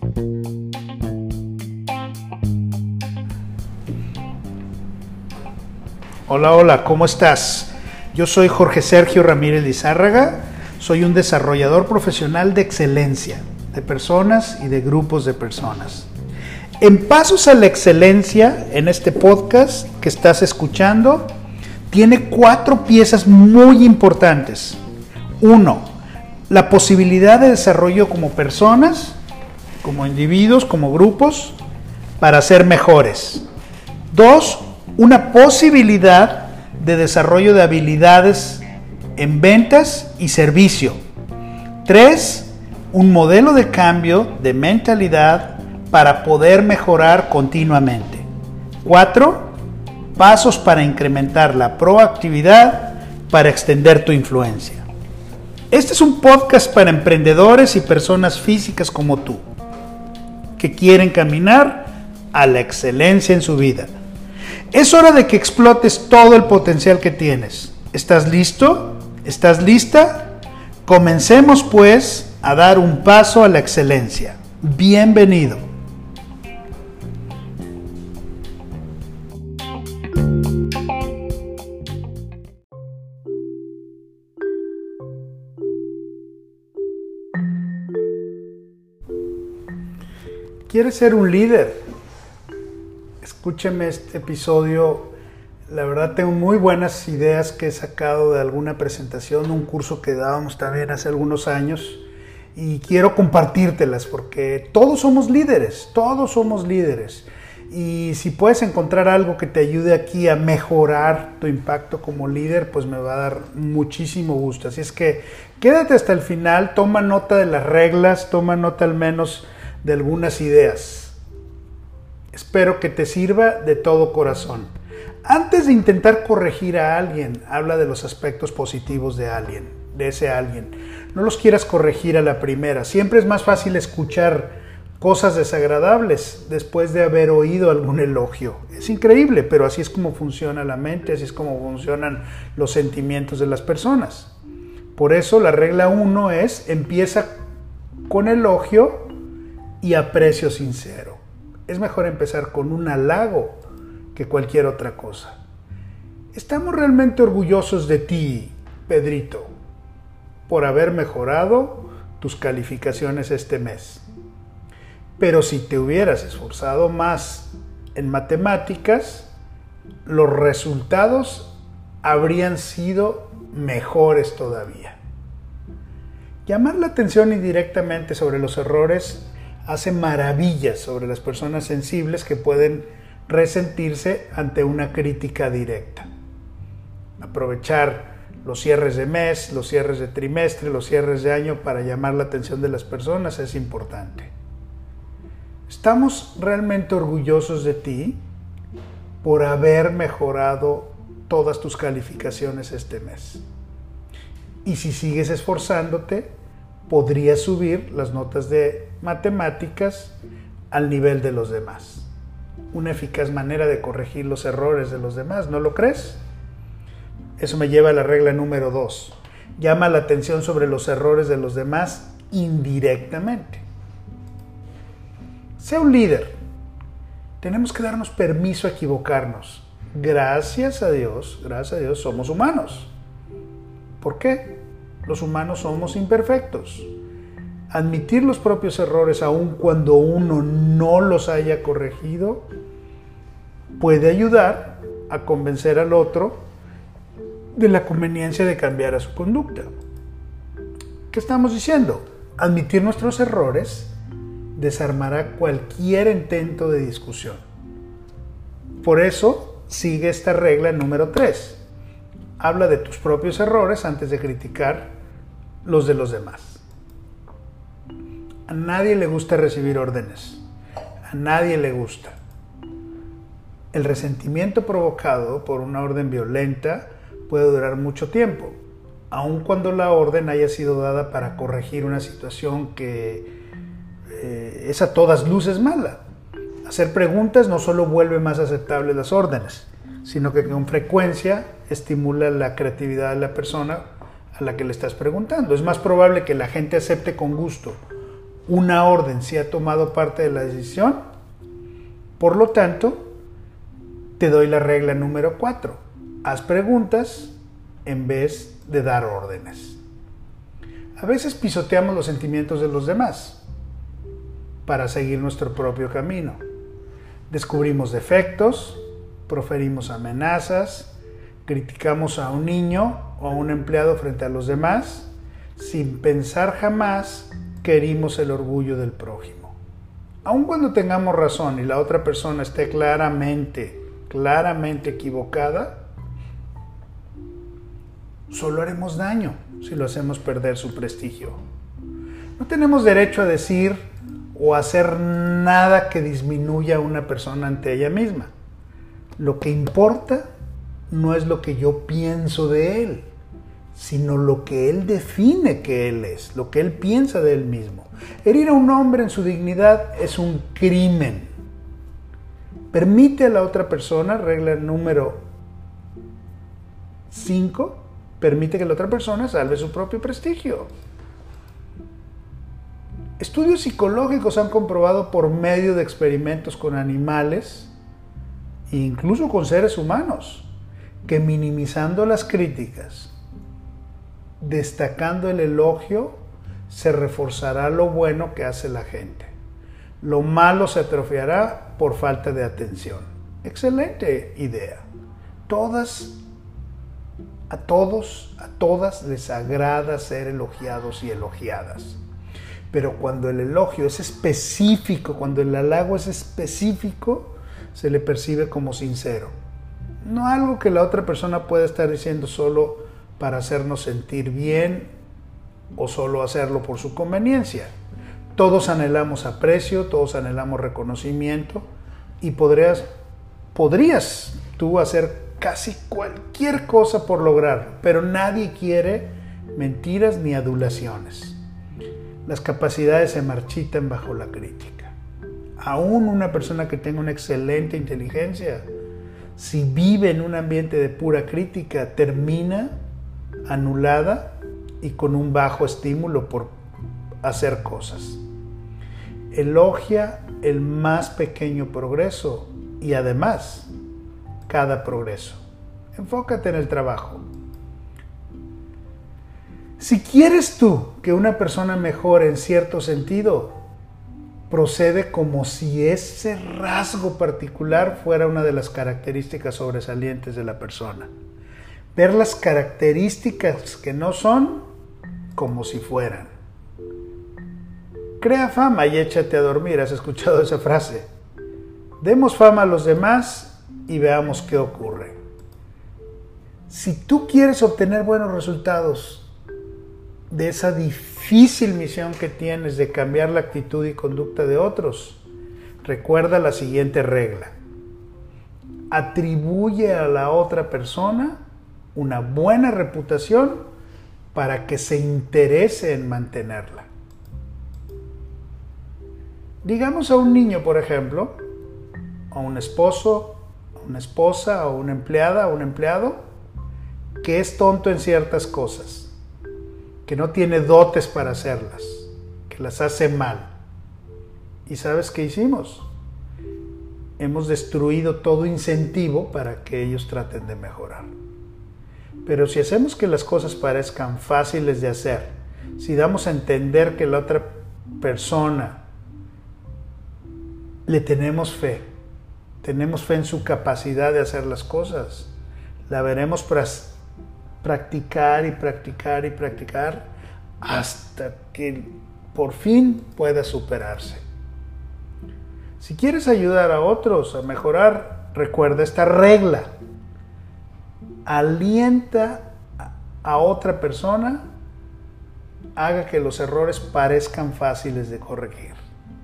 Hola, ¿cómo estás? Yo soy Jorge Sergio Ramírez Lizárraga, soy un desarrollador profesional de excelencia, de personas y de grupos de personas. En Pasos a la Excelencia, en este podcast que estás escuchando, tiene 4 piezas muy importantes. 1. La posibilidad de desarrollo como personas, como individuos, como grupos, para ser mejores. 2. Una posibilidad de desarrollo de habilidades en ventas y servicio. 3. Un modelo de cambio de mentalidad para poder mejorar continuamente. 4. Pasos para incrementar la proactividad para extender tu influencia. Este es un podcast para emprendedores y personas físicas como tú, que quieren caminar a la excelencia en su vida. Es hora de que explotes todo el potencial que tienes. ¿Estás listo? ¿Estás lista? Comencemos pues a dar un paso a la excelencia. Bienvenido. ¿Quieres ser un líder? Escúcheme este episodio. La verdad tengo muy buenas ideas que he sacado de alguna presentación, un curso que dábamos también hace algunos años, y quiero compartírtelas porque todos somos líderes. Y si puedes encontrar algo que te ayude aquí a mejorar tu impacto como líder, pues me va a dar muchísimo gusto. Así es que quédate hasta el final, toma nota de las reglas, toma nota al menos de algunas ideas. Espero que te sirva de todo corazón. Antes de intentar corregir a alguien, habla de los aspectos positivos de ese alguien. No los quieras corregir a la primera. Siempre es más fácil escuchar cosas desagradables después de haber oído algún elogio. Es increíble, pero así es como funciona la mente, así es como funcionan los sentimientos de las personas. Por eso la regla 1 es: empieza con elogio y aprecio sincero. Es mejor empezar con un halago que cualquier otra cosa. Estamos realmente orgullosos de ti, Pedrito, por haber mejorado tus calificaciones este mes. Pero si te hubieras esforzado más en matemáticas, los resultados habrían sido mejores todavía. Llamar la atención indirectamente sobre los errores hace maravillas sobre las personas sensibles que pueden resentirse ante una crítica directa. Aprovechar los cierres de mes, los cierres de trimestre, los cierres de año para llamar la atención de las personas es importante. Estamos realmente orgullosos de ti por haber mejorado todas tus calificaciones este mes. Y si sigues esforzándote, podrías subir las notas de matemáticas al nivel de los demás. Una eficaz manera de corregir los errores de los demás, ¿no lo crees? Eso me lleva a la regla número 2. Llama la atención sobre los errores de los demás indirectamente. Sea un líder. Tenemos que darnos permiso a equivocarnos. Gracias a Dios somos humanos. ¿Por qué? Los humanos somos imperfectos. Admitir los propios errores, aun cuando uno no los haya corregido, puede ayudar a convencer al otro de la conveniencia de cambiar a su conducta. ¿Qué estamos diciendo? Admitir nuestros errores desarmará cualquier intento de discusión. Por eso, sigue esta regla número 3. Habla de tus propios errores antes de criticar los de los demás. A nadie le gusta recibir órdenes. A nadie le gusta. El resentimiento provocado por una orden violenta puede durar mucho tiempo, aun cuando la orden haya sido dada para corregir una situación que es a todas luces mala. Hacer preguntas no solo vuelve más aceptables las órdenes, sino que con frecuencia estimula la creatividad de la persona a la que le estás preguntando. Es más probable que la gente acepte con gusto una orden si ha tomado parte de la decisión. Por lo tanto, te doy la regla número 4. Haz preguntas en vez de dar órdenes. A veces pisoteamos los sentimientos de los demás para seguir nuestro propio camino. Descubrimos defectos, proferimos amenazas, criticamos a un niño o a un empleado frente a los demás, sin pensar jamás que herimos el orgullo del prójimo. Aun cuando tengamos razón y la otra persona esté claramente equivocada, solo haremos daño si lo hacemos perder su prestigio. No tenemos derecho a decir o hacer nada que disminuya a una persona ante ella misma. Lo que importa no es lo que yo pienso de él, sino lo que él define que él es, lo que él piensa de él mismo. Herir a un hombre en su dignidad es un crimen. Permite a la otra persona, regla número 5, permite que la otra persona salve su propio prestigio. Estudios psicológicos han comprobado por medio de experimentos con animales e incluso con seres humanos que minimizando las críticas, destacando el elogio, se reforzará lo bueno que hace la gente. Lo malo se atrofiará por falta de atención. Excelente idea. A todas les agrada ser elogiados y elogiadas. Pero cuando el elogio es específico, cuando el halago es específico, se le percibe como sincero. No algo que la otra persona pueda estar diciendo solo para hacernos sentir bien o solo hacerlo por su conveniencia. Todos anhelamos aprecio, todos anhelamos reconocimiento y podrías tú hacer casi cualquier cosa por lograrlo, pero nadie quiere mentiras ni adulaciones. Las capacidades se marchitan bajo la crítica. Aún una persona que tenga una excelente inteligencia, si vive en un ambiente de pura crítica, termina anulada y con un bajo estímulo por hacer cosas. Elogia el más pequeño progreso y además cada progreso. Enfócate en el trabajo. Si quieres tú que una persona mejore en cierto sentido, procede como si ese rasgo particular fuera una de las características sobresalientes de la persona. Ver las características que no son como si fueran. Crea fama y échate a dormir. ¿Has escuchado esa frase? Demos fama a los demás y veamos qué ocurre. Si tú quieres obtener buenos resultados de esa difícil misión que tienes de cambiar la actitud y conducta de otros, recuerda la siguiente regla. Atribuye a la otra persona una buena reputación para que se interese en mantenerla. Digamos a un niño, por ejemplo, a un esposo, a una esposa, a una empleada, a un empleado, que es tonto en ciertas cosas, que no tiene dotes para hacerlas, que las hace mal. ¿Y sabes qué hicimos? Hemos destruido todo incentivo para que ellos traten de mejorar. Pero si hacemos que las cosas parezcan fáciles de hacer, si damos a entender que la otra persona le tenemos fe en su capacidad de hacer las cosas, la veremos practicar y practicar y practicar hasta que por fin pueda superarse. Si quieres ayudar a otros a mejorar, recuerda esta regla. Alienta a otra persona, haga que los errores parezcan fáciles de corregir.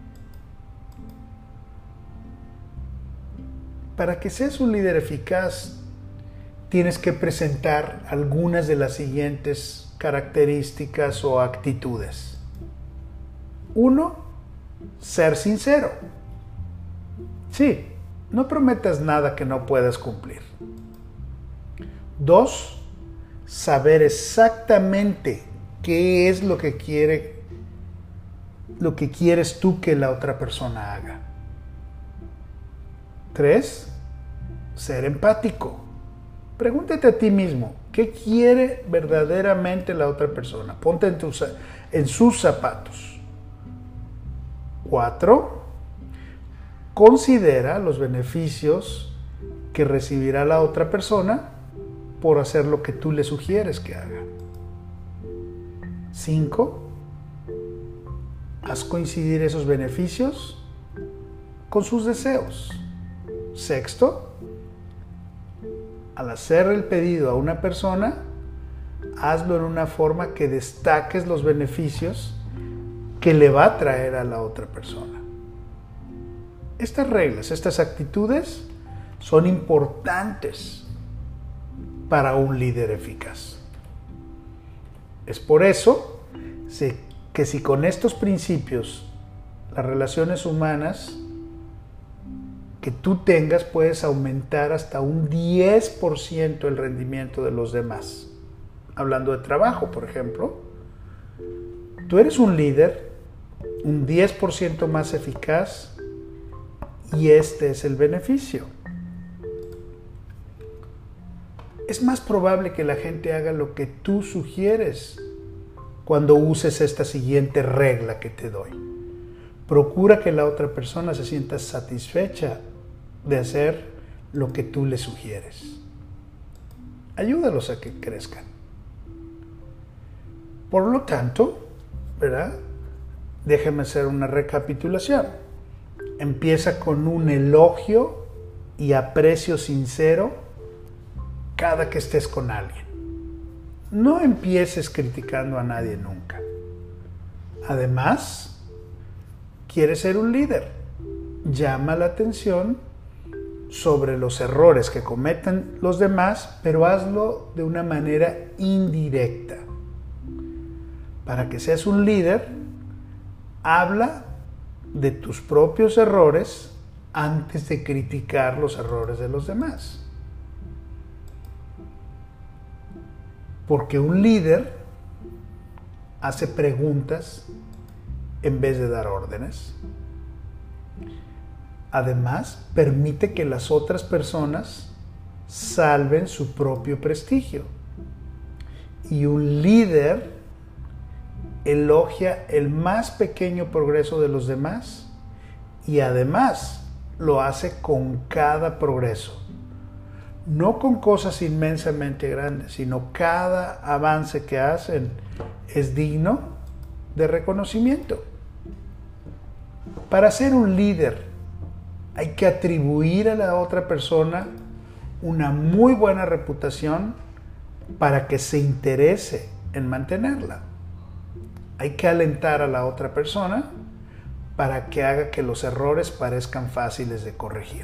Para que seas un líder eficaz, tienes que presentar algunas de las siguientes características o actitudes. 1. Ser sincero. Sí, no prometas nada que no puedas cumplir. 2. Saber exactamente qué es lo que quiere lo que quieres tú que la otra persona haga. 3, ser empático. Pregúntate a ti mismo, ¿qué quiere verdaderamente la otra persona? Ponte en sus zapatos. 4, considera los beneficios que recibirá la otra persona por hacer lo que tú le sugieres que haga. 5, haz coincidir esos beneficios con sus deseos. 6, al hacer el pedido a una persona, hazlo en una forma que destaques los beneficios que le va a traer a la otra persona. Estas reglas, estas actitudes son importantes para un líder eficaz. Es por eso que si con estos principios las relaciones humanas que tú tengas puedes aumentar hasta un 10% el rendimiento de los demás. Hablando de trabajo, por ejemplo, tú eres un líder un 10% más eficaz y este es el beneficio. Es más probable que la gente haga lo que tú sugieres cuando uses esta siguiente regla que te doy. Procura que la otra persona se sienta satisfecha de hacer lo que tú le sugieres. Ayúdalos a que crezcan. Por lo tanto, ¿verdad? Déjame hacer una recapitulación. Empieza con un elogio y aprecio sincero cada que estés con alguien. No empieces criticando a nadie nunca. Además, quieres ser un líder. Llama la atención sobre los errores que cometen los demás, pero hazlo de una manera indirecta. Para que seas un líder, habla de tus propios errores antes de criticar los errores de los demás. Porque un líder hace preguntas en vez de dar órdenes. Además, permite que las otras personas salven su propio prestigio. Y un líder elogia el más pequeño progreso de los demás y además lo hace con cada progreso. No con cosas inmensamente grandes, sino cada avance que hacen es digno de reconocimiento. Para ser un líder hay que atribuir a la otra persona una muy buena reputación para que se interese en mantenerla. Hay que alentar a la otra persona para que haga que los errores parezcan fáciles de corregir.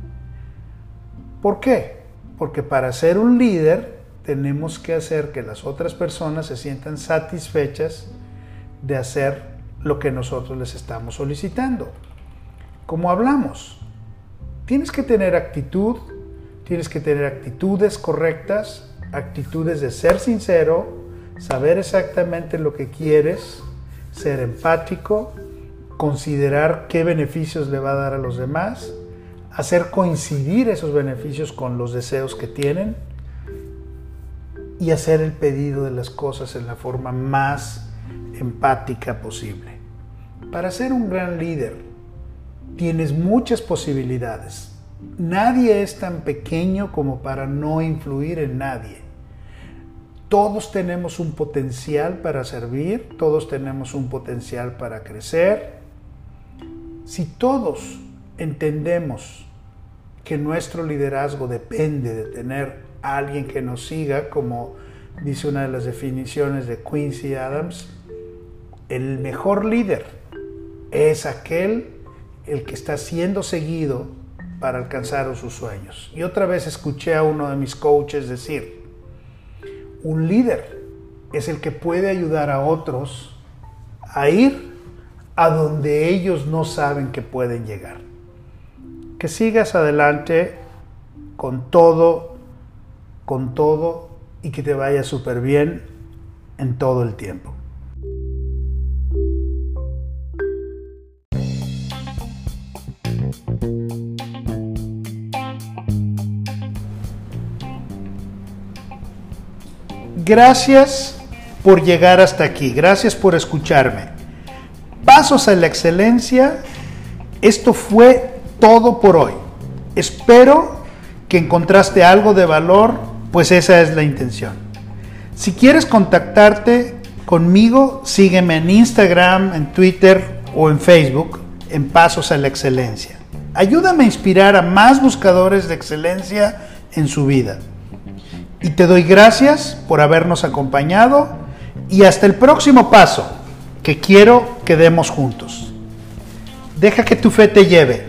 ¿Por qué? Porque para ser un líder tenemos que hacer que las otras personas se sientan satisfechas de hacer lo que nosotros les estamos solicitando. Como hablamos, tienes que tener actitud, tienes que tener actitudes correctas, actitudes de ser sincero, saber exactamente lo que quieres, ser empático, considerar qué beneficios le va a dar a los demás, hacer coincidir esos beneficios con los deseos que tienen y hacer el pedido de las cosas en la forma más empática posible. Para ser un gran líder tienes muchas posibilidades. Nadie es tan pequeño como para no influir en nadie. Todos tenemos un potencial para servir, todos tenemos un potencial para crecer. Si todos entendemos que nuestro liderazgo depende de tener a alguien que nos siga, como dice una de las definiciones de Quincy Adams, el mejor líder es aquel el que está siendo seguido para alcanzar sus sueños. Y otra vez escuché a uno de mis coaches decir, un líder es el que puede ayudar a otros a ir a donde ellos no saben que pueden llegar. Que sigas adelante con todo y que te vaya súper bien en todo el tiempo. Gracias por llegar hasta aquí. Gracias por escucharme. Pasos a la excelencia. Esto fue todo por hoy. Espero que encontraste algo de valor, pues esa es la intención. Si quieres contactarte conmigo, sígueme en Instagram, en Twitter o en Facebook, en Pasos a la Excelencia. Ayúdame a inspirar a más buscadores de excelencia en su vida. Y te doy gracias por habernos acompañado y hasta el próximo paso que quiero que demos juntos. Deja que tu fe te lleve.